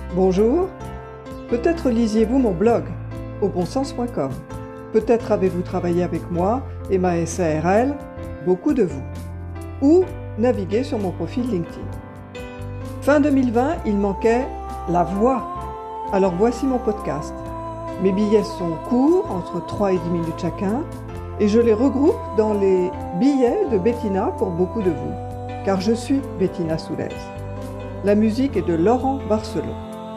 Bonjour, peut-être lisiez-vous mon blog, aubonsens.com. Peut-être avez-vous travaillé avec moi et ma SARL, beaucoup de vous. Ou navigué sur mon profil LinkedIn. Fin 2020, il manquait la voix. Alors voici mon podcast. Mes billets sont courts, entre 3 et 10 minutes chacun, et je les regroupe dans les billets de Bettina pour beaucoup de vous, car je suis Bettina Soulez. La musique est de Laurent Barcelot.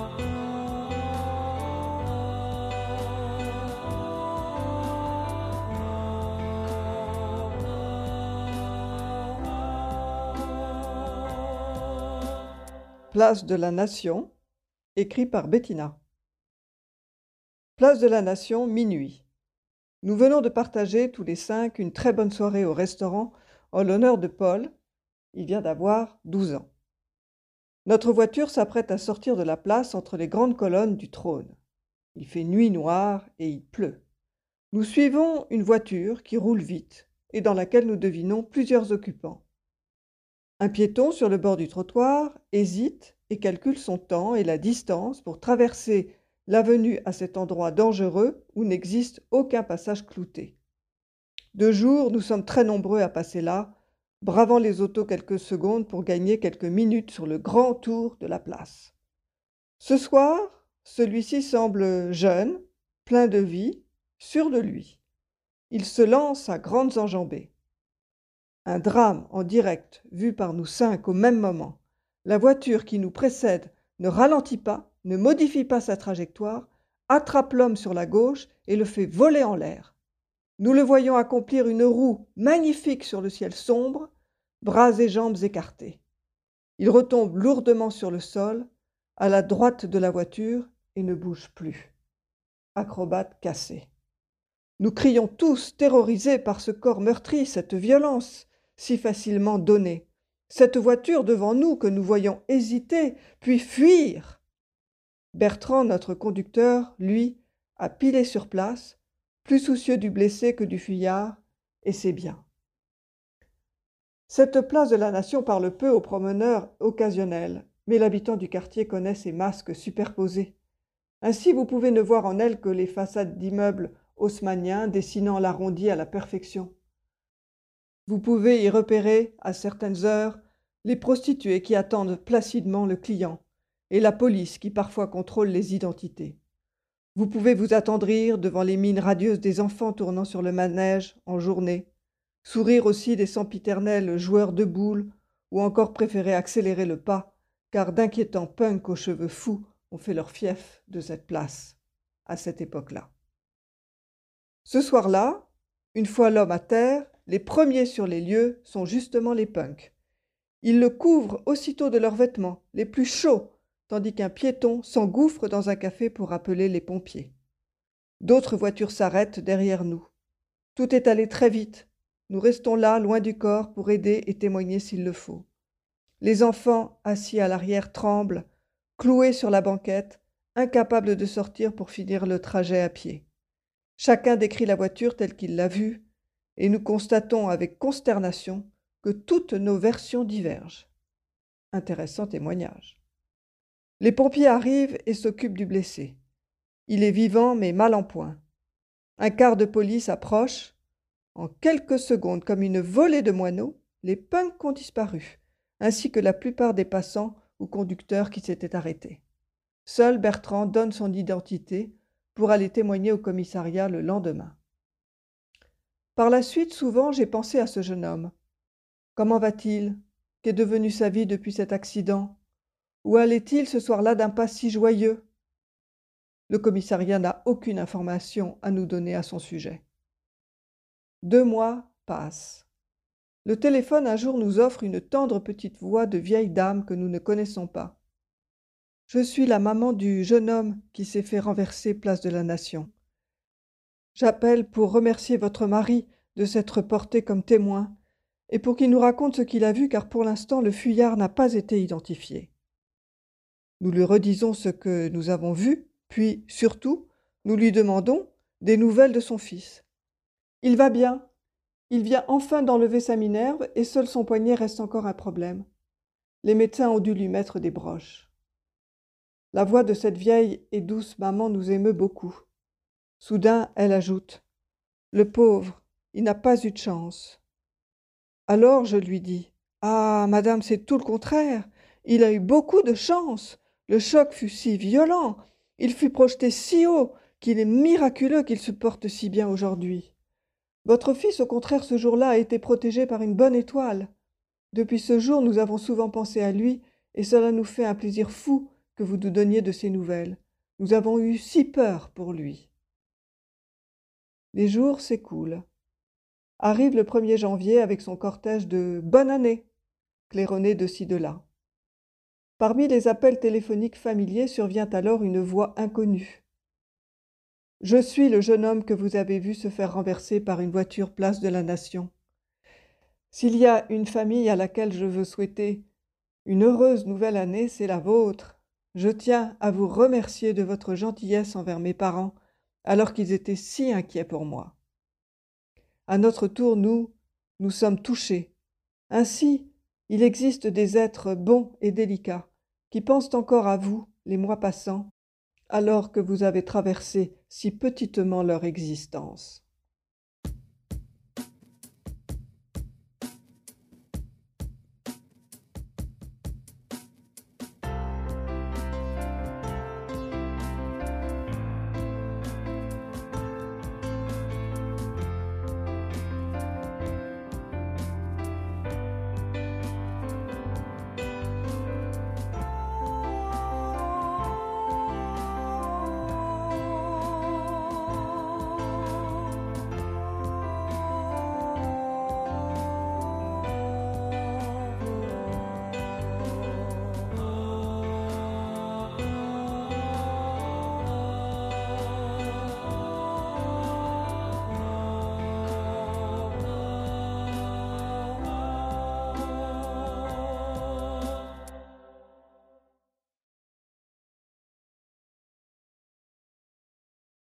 Place de la Nation, écrit par Bettina. Place de la Nation, minuit. Nous venons de partager tous les 5 une très bonne soirée au restaurant en l'honneur de Paul. Il vient d'avoir 12 ans. Notre voiture s'apprête à sortir de la place entre les grandes colonnes du trône. Il fait nuit noire et il pleut. Nous suivons une voiture qui roule vite et dans laquelle nous devinons plusieurs occupants. Un piéton sur le bord du trottoir hésite et calcule son temps et la distance pour traverser l'avenue à cet endroit dangereux où n'existe aucun passage clouté. De jour, nous sommes très nombreux à passer là, bravant les autos quelques secondes pour gagner quelques minutes sur le grand tour de la place. Ce soir, celui-ci semble jeune, plein de vie, sûr de lui. Il se lance à grandes enjambées. Un drame en direct, vu par nous 5 au même moment. La voiture qui nous précède ne ralentit pas, ne modifie pas sa trajectoire, attrape l'homme sur la gauche et le fait voler en l'air. Nous le voyons accomplir une roue magnifique sur le ciel sombre, bras et jambes écartés. Il retombe lourdement sur le sol, à la droite de la voiture, et ne bouge plus. Acrobate cassé. Nous crions tous, terrorisés par ce corps meurtri, cette violence si facilement donnée. Cette voiture devant nous que nous voyons hésiter, puis fuir. Bertrand, notre conducteur, lui, a pilé sur place, plus soucieux du blessé que du fuyard, et c'est bien. Cette place de la Nation parle peu aux promeneurs occasionnels, mais l'habitant du quartier connaît ces masques superposés. Ainsi, vous pouvez ne voir en elle que les façades d'immeubles haussmanniens dessinant l'arrondi à la perfection. Vous pouvez y repérer, à certaines heures, les prostituées qui attendent placidement le client et la police qui parfois contrôle les identités. Vous pouvez vous attendrir devant les mines radieuses des enfants tournant sur le manège en journée, sourire aussi des sempiternels joueurs de boules ou encore préférer accélérer le pas car d'inquiétants punks aux cheveux fous ont fait leur fief de cette place à cette époque-là. Ce soir-là, une fois l'homme à terre, les premiers sur les lieux sont justement les punks. Ils le couvrent aussitôt de leurs vêtements, les plus chauds, tandis qu'un piéton s'engouffre dans un café pour appeler les pompiers. D'autres voitures s'arrêtent derrière nous. Tout est allé très vite. Nous restons là, loin du corps, pour aider et témoigner s'il le faut. Les enfants, assis à l'arrière, tremblent, cloués sur la banquette, incapables de sortir pour finir le trajet à pied. Chacun décrit la voiture telle qu'il l'a vue, et nous constatons avec consternation que toutes nos versions divergent. Intéressant témoignage. Les pompiers arrivent et s'occupent du blessé. Il est vivant mais mal en point. Un quart de police approche. En quelques secondes, comme une volée de moineaux, les punks ont disparu, ainsi que la plupart des passants ou conducteurs qui s'étaient arrêtés. Seul Bertrand donne son identité pour aller témoigner au commissariat le lendemain. Par la suite, souvent, j'ai pensé à ce jeune homme. Comment va-t-il? Qu'est devenue sa vie depuis cet accident? Où allait-il ce soir-là d'un pas si joyeux? Le commissariat n'a aucune information à nous donner à son sujet. 2 mois passent. Le téléphone un jour nous offre une tendre petite voix de vieille dame que nous ne connaissons pas. Je suis la maman du jeune homme qui s'est fait renverser place de la Nation. J'appelle pour remercier votre mari de s'être porté comme témoin et pour qu'il nous raconte ce qu'il a vu car pour l'instant le fuyard n'a pas été identifié. Nous lui redisons ce que nous avons vu, puis surtout, nous lui demandons des nouvelles de son fils. Il va bien. Il vient enfin d'enlever sa minerve et seul son poignet reste encore un problème. Les médecins ont dû lui mettre des broches. La voix de cette vieille et douce maman nous émeut beaucoup. Soudain, elle ajoute: Le pauvre, il n'a pas eu de chance. Alors je lui dis: Ah, madame, c'est tout le contraire. Il a eu beaucoup de chance. Le choc fut si violent, il fut projeté si haut, qu'il est miraculeux qu'il se porte si bien aujourd'hui. Votre fils, au contraire, ce jour-là, a été protégé par une bonne étoile. Depuis ce jour, nous avons souvent pensé à lui, et cela nous fait un plaisir fou que vous nous donniez de ses nouvelles. Nous avons eu si peur pour lui. Les jours s'écoulent. Arrive le 1er janvier avec son cortège de «Bonne année», claironné de ci de là. Parmi les appels téléphoniques familiers survient alors une voix inconnue. Je suis le jeune homme que vous avez vu se faire renverser par une voiture place de la Nation. S'il y a une famille à laquelle je veux souhaiter une heureuse nouvelle année, c'est la vôtre. Je tiens à vous remercier de votre gentillesse envers mes parents, alors qu'ils étaient si inquiets pour moi. À notre tour, nous sommes touchés. Ainsi, il existe des êtres bons et délicats qui pensent encore à vous, les mois passants, alors que vous avez traversé si petitement leur existence.